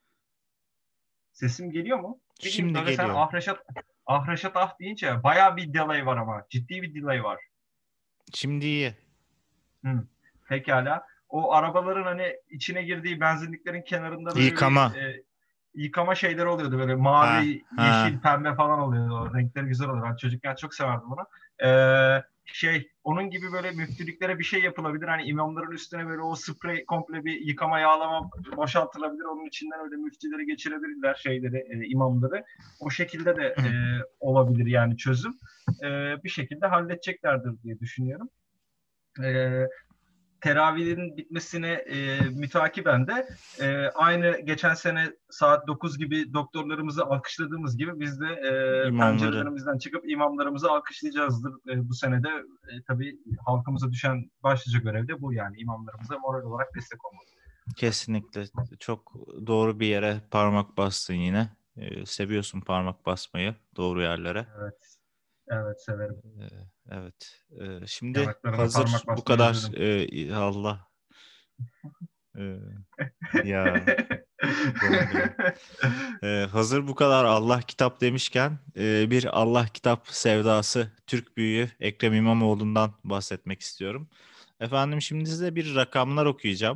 Sesim geliyor mu? Bileyim Şimdi böyle sen geliyor. Ah Reşat Ah deyince bayağı bir delay var ama. Ciddi bir delay var. Şimdi iyi. Hı. Pekala. O arabaların hani içine girdiği benzinliklerin kenarında böyle bir Yıkama. yıkama şeyleri oluyordu. Böyle Ha mavi, ha. yeşil, pembe falan oluyordu. O renkleri güzel oluyordu. Ben çocukken çok severdim onu. Onun gibi böyle müftülüklere bir şey yapılabilir. Hani imamların üstüne böyle o sprey komple bir yıkama yağlama boşaltılabilir. Onun içinden öyle müftüleri geçirebilirler şeyleri, imamları. O şekilde de olabilir yani çözüm. Bir şekilde halledeceklerdir diye düşünüyorum. E, Teravih'in bitmesine mütakiben de aynı geçen sene saat 9 gibi doktorlarımızı alkışladığımız gibi biz de İmamları. pencerelerimizden çıkıp imamlarımızı alkışlayacağızdır. Bu senede tabii halkımıza düşen başlıca görev de bu yani imamlarımıza moral olarak destek olmak. Kesinlikle. Çok doğru bir yere parmak bastın yine. Seviyorsun parmak basmayı doğru yerlere. Evet, evet severim. Ee, evet. Şimdi Yanaklarına hazır parmak bu basmayı kadar özledim. Allah e, ya canım benim. Hazır bu kadar Allah kitap demişken bir Allah kitap sevdası Türk büyüğü Ekrem İmamoğlu'ndan bahsetmek istiyorum. Efendim şimdi size bir rakamlar okuyacağım.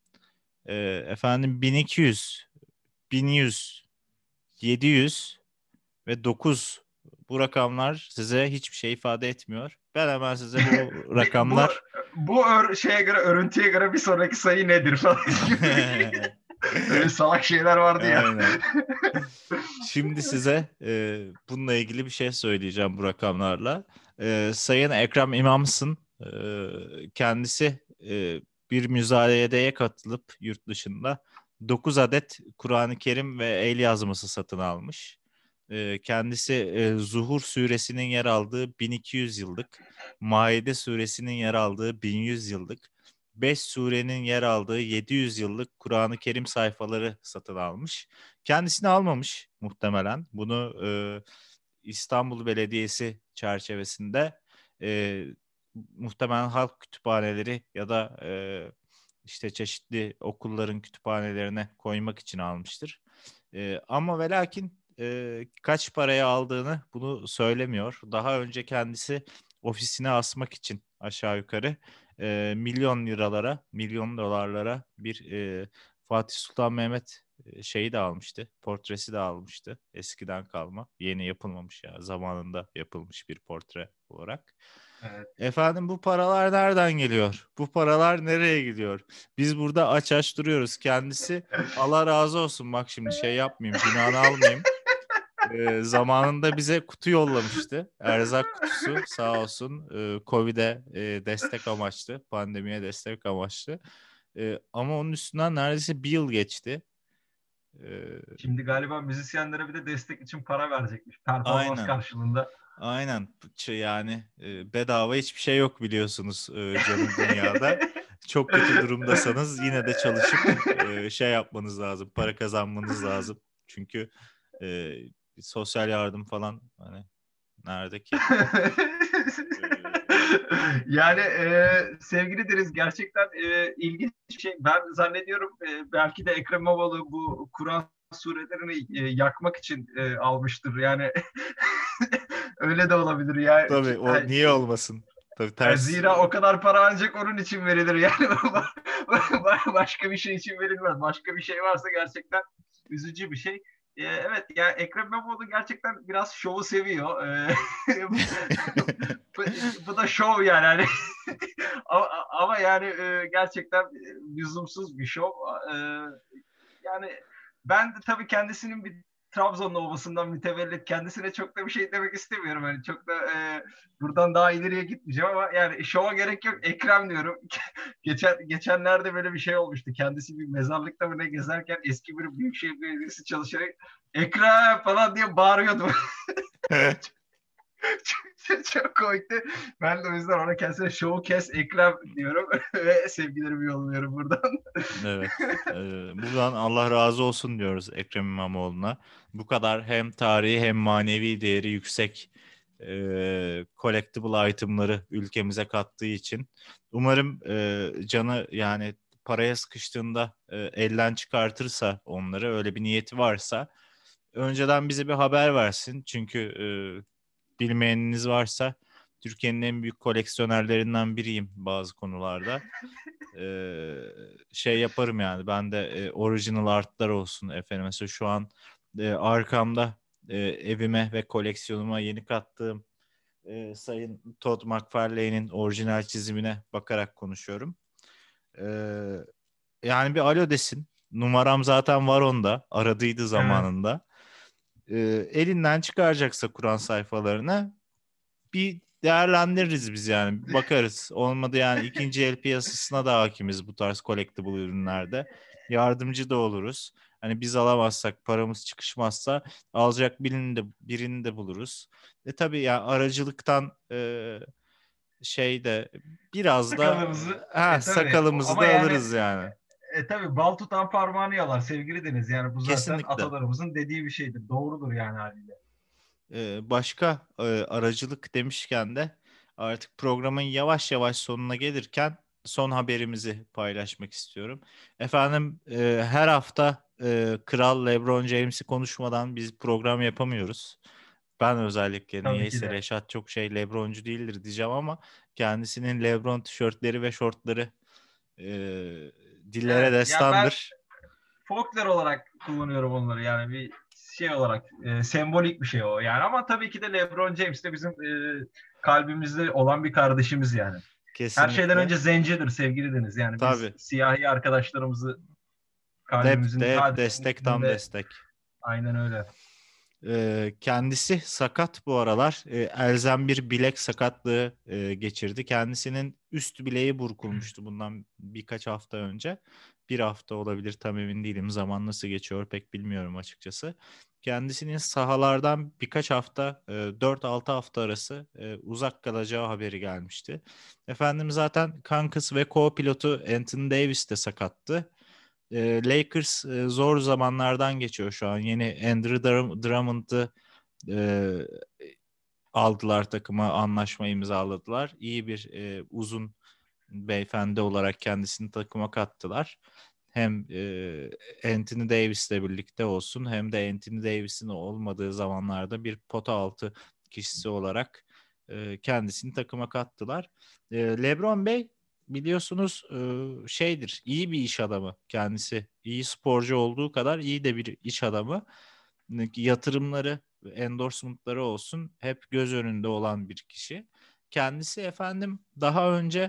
Efendim 1200, 1100, 700 ve 9 bu rakamlar size hiçbir şey ifade etmiyor. Ben hemen size bu Bu rakamlar şeye göre örüntüye göre bir sonraki sayı nedir falan gibi. Öyle salak şeyler vardı ya. aynen. Şimdi size bununla ilgili bir şey söyleyeceğim bu rakamlarla. Sayın Ekrem İmamsın kendisi bir müzayedeye katılıp yurt dışında 9 adet Kur'an-ı Kerim ve el yazması satın almış. Kendisi Zuhur suresinin yer aldığı 1200 yıllık, Maide suresinin yer aldığı 1100 yıllık, 5 surenin yer aldığı 700 yıllık Kur'an-ı Kerim sayfaları satın almış. Kendisini almamış muhtemelen. Bunu İstanbul Belediyesi çerçevesinde muhtemelen halk kütüphaneleri ya da işte çeşitli okulların kütüphanelerine koymak için almıştır. Ama ve lakin kaç paraya aldığını bunu söylemiyor. Daha önce kendisi ofisine asmak için aşağı yukarı milyon liralara, milyon dolarlara bir Fatih Sultan Mehmet şeyi de almıştı. Portresi de almıştı. Eskiden kalma. Yeni yapılmamış ya. Zamanında yapılmış bir portre olarak. Evet. Efendim bu paralar nereden geliyor? Bu paralar nereye gidiyor? Biz burada aç aç duruyoruz. Kendisi Allah razı olsun, bak şimdi şey yapmayayım, günahını almayayım. Zamanında bize kutu yollamıştı. Erzak kutusu sağ olsun. Covid'e destek amaçlı. Pandemiye destek amaçlı. Ama onun üstünden neredeyse bir yıl geçti. Ee, Şimdi galiba müzisyenlere bir de destek için para verecekmiş. Performans aynen. karşılığında. Aynen. Yani bedava hiçbir şey yok biliyorsunuz canım dünyada. Çok kötü durumdasanız yine de çalışıp şey yapmanız lazım. Para kazanmanız lazım. Çünkü e, sosyal yardım falan hani nerede ki? Yani sevgili Deniz, gerçekten ilginç bir şey. Ben zannediyorum belki de Ekrem İmamoğlu bu Kur'an surelerini yakmak için almıştır. Yani öyle de olabilir ya. Tabii o niye olmasın? Tabii ters. Zira o kadar para ancak onun için verilir yani. Başka bir şey için verilmez. Başka bir şey varsa gerçekten üzücü bir şey. Evet ya, Ekrem İmamoğlu gerçekten biraz şovu seviyor. bu, bu da şov yani. Hani ama yani gerçekten lüzumsuz bir şov. E, Yani ben de tabii kendisinin bir Trabzon Ovası'ndan mütevellit, kendisine çok da bir şey demek istemiyorum. Yani çok da buradan daha ileriye gitmeyeceğim ama yani şova gerek yok. Ekrem diyorum. Geçenlerde böyle bir şey olmuştu. Kendisi bir mezarlıkta mı ne gezerken eski bir büyükşehir belediyesi çalışarak Ekrem falan diye bağırıyordu. Çok komikti. Ben de o yüzden ona kendisine şovu kes Ekrem diyorum ve sevgilerimi yolluyorum buradan. Evet. Buradan Allah razı olsun diyoruz Ekrem İmamoğlu'na. Bu kadar hem tarihi hem manevi değeri yüksek collectible itemları ülkemize kattığı için. Umarım canı yani paraya sıkıştığında elden çıkartırsa onları, öyle bir niyeti varsa önceden bize bir haber versin. Çünkü bilmeyeniniz varsa Türkiye'nin en büyük koleksiyonerlerinden biriyim bazı konularda. Şey yaparım yani, ben de original artlar olsun efendim. Mesela şu an arkamda evime ve koleksiyonuma yeni kattığım Sayın Todd McFarlane'in orijinal çizimine bakarak konuşuyorum. Ee, Yani bir alo desin. Numaram zaten var onda. Aradıydı Evet. zamanında. Elinden çıkaracaksa Kur'an sayfalarına bir değerlendiririz biz yani. Bir bakarız. Olmadı yani ikinci el piyasasına da hakimiz bu tarz collectible ürünlerde. Yardımcı da oluruz. Hani biz alamazsak, paramız çıkışmazsa alacak birini de buluruz. Tabii ya aracılıktan şey de biraz da Sakalımızı tabii sakalımızı ama da yani alırız yani. tabii bal tutan parmağını yalar sevgili Deniz. Yani bu zaten Kesinlikle. atalarımızın dediği bir şeydir. Doğrudur yani haliyle. Başka aracılık demişken de artık programın yavaş yavaş sonuna gelirken son haberimizi paylaşmak istiyorum. Efendim her hafta Kral LeBron James'i konuşmadan biz program yapamıyoruz. Ben özellikle Tabii ki niyeyse de. Reşat çok şey LeBroncu değildir diyeceğim ama kendisinin LeBron tişörtleri ve şortları e, dillere Evet. Ya ben destandır. folklor olarak kullanıyorum onları, yani bir şey olarak sembolik bir şey o yani, ama tabii ki de LeBron James de bizim kalbimizde olan bir kardeşimiz yani. Her şeyden Kesinlikle. önce zencidir sevgili Deniz. Yani biz Tabii. siyahi arkadaşlarımızı Hep kalbimizin de hep ta destek, tam derinliklerinde, destek. aynen öyle. Kendisi sakat bu aralar. Elzem bir bilek sakatlığı geçirdi. Kendisinin üst bileği burkulmuştu bundan birkaç hafta önce. Bir hafta olabilir, tam emin değilim. Zaman nasıl geçiyor pek bilmiyorum açıkçası. Kendisinin sahalardan birkaç hafta, 4-6 hafta arası uzak kalacağı haberi gelmişti. Efendim zaten kankası ve co-pilotu Anthony Davis de sakattı. Lakers zor zamanlardan geçiyor şu an. Yeni Andrew Drummond'ı e, aldılar takıma, anlaşma imzaladılar. İyi bir uzun beyefendi olarak kendisini takıma kattılar. Hem Anthony Davis'le birlikte olsun hem de Anthony Davis'in olmadığı zamanlarda bir pota altı kişisi olarak kendisini takıma kattılar. LeBron Bey biliyorsunuz şeydir, iyi bir iş adamı kendisi. İyi sporcu olduğu kadar iyi de bir iş adamı. Yatırımları, endorsementları olsun hep göz önünde olan bir kişi. Kendisi efendim daha önce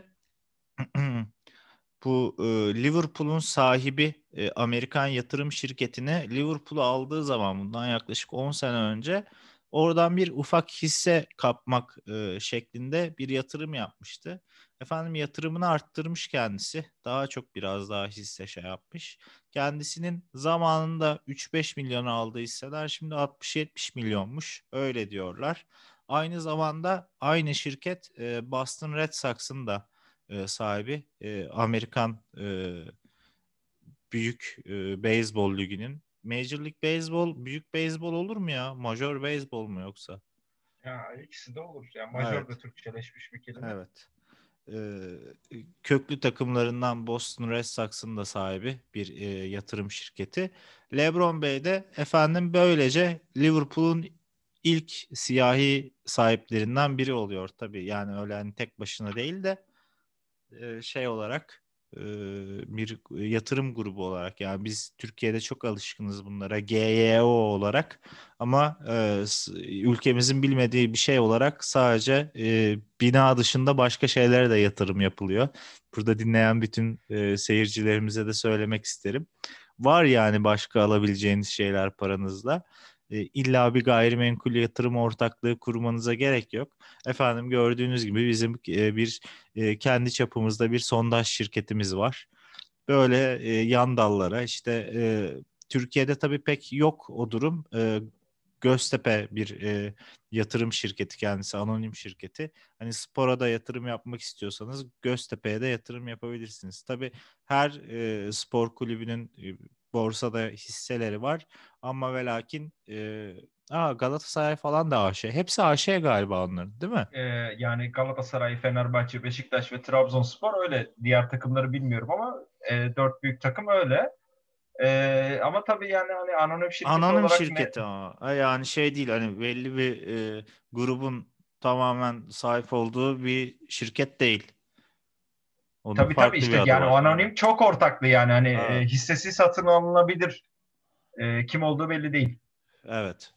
bu Liverpool'un sahibi Amerikan yatırım şirketine Liverpool'u aldığı zaman bundan yaklaşık 10 sene önce oradan bir ufak hisse kapmak şeklinde bir yatırım yapmıştı. Efendim yatırımını arttırmış kendisi. Daha çok biraz daha hisse şey yapmış. Kendisinin zamanında 3-5 milyon aldığı hisseler şimdi 60-70 milyonmuş. Öyle diyorlar. Aynı zamanda aynı şirket Boston Red Sox'ın da sahibi. Amerikan büyük beyzbol liginin. Major League Baseball büyük beyzbol olur mu ya? Major beyzbol mu yoksa? Ya ikisi de olur. Yani majör de Evet. Türkçeleşmiş bir kelime. Evet. Köklü takımlarından Boston Red Sox'ın da sahibi bir yatırım şirketi. LeBron Bey de efendim böylece Liverpool'un ilk siyahi sahiplerinden biri oluyor tabii. Yani öyle hani tek başına değil de şey olarak bir yatırım grubu olarak, yani biz Türkiye'de çok alışkınız bunlara GYO olarak, ama ülkemizin bilmediği bir şey olarak sadece bina dışında başka şeylere de yatırım yapılıyor. Burada dinleyen bütün seyircilerimize de söylemek isterim. Var yani başka alabileceğiniz şeyler paranızla. İlla bir gayrimenkul yatırım ortaklığı kurmanıza gerek yok. Efendim gördüğünüz gibi bizim bir kendi çapımızda bir sondaj şirketimiz var. Böyle yan dallara işte Türkiye'de tabii pek yok o durum. Göztepe bir yatırım şirketi, kendisi anonim şirketi. Hani spora da yatırım yapmak istiyorsanız Göztepe'ye de yatırım yapabilirsiniz. Tabii her spor kulübünün borsada hisseleri var ama ve lakin Galatasaray falan da AŞ. Hepsi AŞ galiba onların, değil mi? Ee, Yani Galatasaray, Fenerbahçe, Beşiktaş ve Trabzonspor öyle. Diğer takımları bilmiyorum ama dört büyük takım öyle. Ama tabii yani hani anonim şirket Anonim olarak ne? şirketi ama yani şey değil, hani belli bir grubun tamamen sahip olduğu bir şirket değil. Onun Tabii tabii farklı bir işte adı yani o var. Evet. anonim çok ortaklı yani hani Evet. hissesi satın alınabilir. Kim olduğu belli değil. Evet.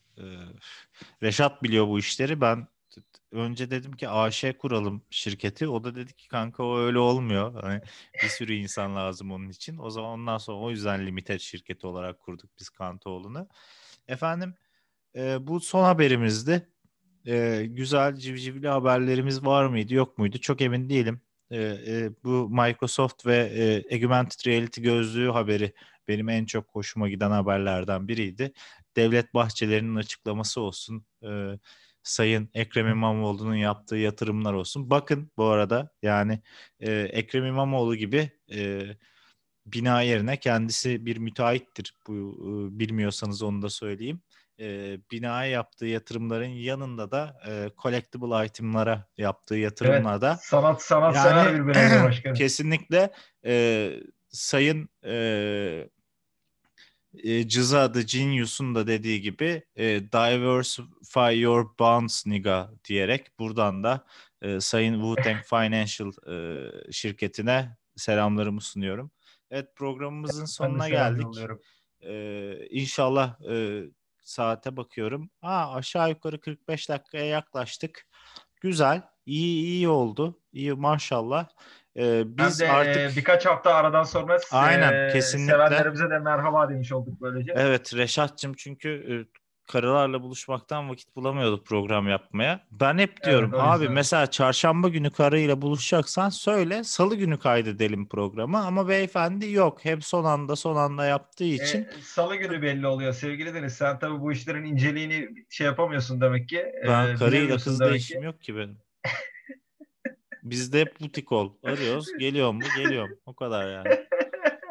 Reşat biliyor bu işleri. Ben önce dedim ki AŞ kuralım şirketi. O da dedi ki kanka o öyle olmuyor. Hani bir sürü insan lazım onun için. O zaman ondan sonra o yüzden limited şirketi olarak kurduk biz Kantoğlu'nu. Efendim bu son haberimizdi. Güzel civcivli haberlerimiz var mıydı yok muydu çok emin değilim. Bu Microsoft ve Augmented Reality gözlüğü haberi benim en çok hoşuma giden haberlerden biriydi. Devlet Bahçeli'nin açıklaması olsun, Sayın Ekrem İmamoğlu'nun yaptığı yatırımlar olsun. Bakın bu arada yani Ekrem İmamoğlu gibi bina yerine, kendisi bir müteahhittir. Bu bilmiyorsanız onu da söyleyeyim. Binaya yaptığı yatırımların yanında da collectible itemlara yaptığı Evet, yatırımlarda sanatsever yani bir belediye başkanı. kesinlikle Sayın Cıza The Genius'un da dediği gibi diversify your bonds nigga diyerek buradan da Sayın Wu-Tang Financial şirketine selamlarımı sunuyorum. Evet, programımızın Ben de sonuna selam geldik. yolluyorum. İnşallah saate bakıyorum. Aşağı yukarı 45 dakikaya yaklaştık. Güzel, iyi oldu. İyi maşallah. Hem Biz de artık birkaç hafta aradan sonra aynen kesinlikle. sevenlerimize de merhaba demiş olduk böylece. Evet Reşat'cığım, çünkü karılarla buluşmaktan vakit bulamıyorduk program yapmaya. Ben hep Evet, diyorum o abi, yüzden. mesela çarşamba günü karıyla buluşacaksan söyle, salı günü kaydedelim programı, ama beyefendi yok, hep son anda yaptığı için Salı günü belli oluyor sevgili Deniz. Sen tabii bu işlerin inceliğini şey yapamıyorsun demek ki. ben karıyla Bilemiyorsun kızla demek işim ki. yok ki benim. Bizde hep butik ol. Arıyoruz, geliyor mu? Geliyorum. O kadar yani.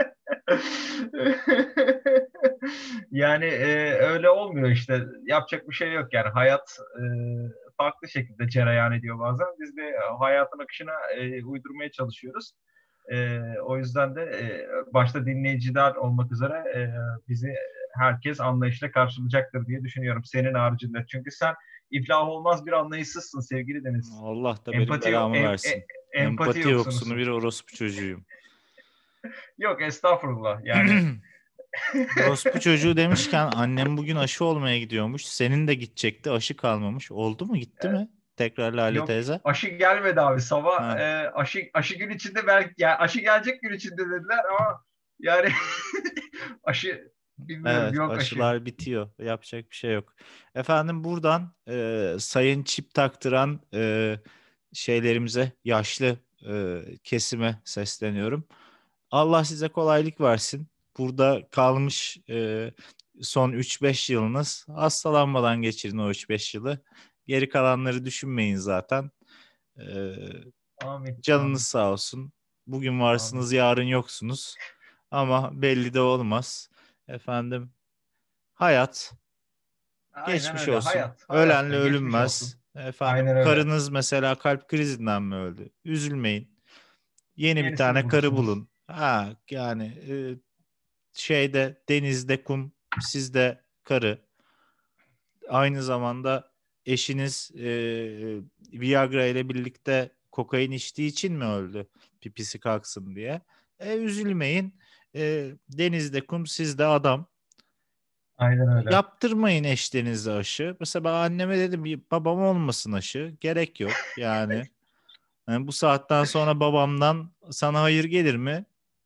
Yani öyle olmuyor işte. Yapacak bir şey yok yani. Hayat farklı şekilde cereyan ediyor bazen. Biz de hayatın akışına uydurmaya çalışıyoruz. O yüzden de başta dinleyiciler olmak üzere bizi herkes anlayışla karşılayacaktır diye düşünüyorum. Senin haricinde. Çünkü sen iflah olmaz bir anlayışsızsın sevgili Deniz. Allah da benim Empati, belamı versin. empati Empati yoksunu yoksunusun. bir orospu çocuğuyum. Yok estağfurullah. Yani Orospu çocuğu demişken annem bugün aşı olmaya gidiyormuş. Senin de gidecekti. Aşı kalmamış. Oldu mu? Gitti mi? Tekrar Lale yok, teyze. aşı gelmedi abi. Sabah Ha. aşı gün içinde belki yani aşı gelecek gün içinde dediler ama yani aşı bilmiyorum, Evet, yok aşı. aşılar bitiyor. Yapacak bir şey yok. Efendim buradan sayın çip taktıran şeylerimize, yaşlı kesime sesleniyorum. Allah size kolaylık versin. Burada kalmış son 3-5 yılınız hastalanmadan geçirin o 3-5 yılı. Geri kalanları düşünmeyin zaten. E, Amin. Canınız Amin. sağ olsun. Bugün Amin. varsınız, yarın yoksunuz. Ama belli de olmaz. Efendim, hayat Aynen geçmiş öyle. olsun. Hayat. Ölenle Hayatta geçmiş olsun. ölünmez. Efendim, Aynen öyle. karınız mesela kalp krizinden mi öldü? Üzülmeyin. Yeni bir Yenisini tane karı bulursunuz. bulun. Ha yani şeyde denizde kum, sizde karı. Aynı zamanda eşiniz Viagra ile birlikte kokain içtiği için mi öldü? Pipisi kalksın diye. Üzülmeyin. Denizde kum, sizde adam. Aynen öyle. Yaptırmayın eşlerinize aşı. Mesela ben anneme dedim babam olmasın aşı. Gerek yok yani. Yani bu saatten sonra babamdan sana hayır gelir mi?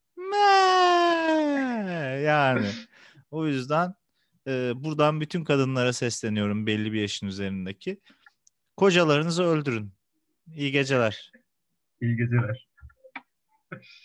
Yani o yüzden buradan bütün kadınlara sesleniyorum belli bir yaşın üzerindeki. Kocalarınızı öldürün. İyi geceler. İyi geceler.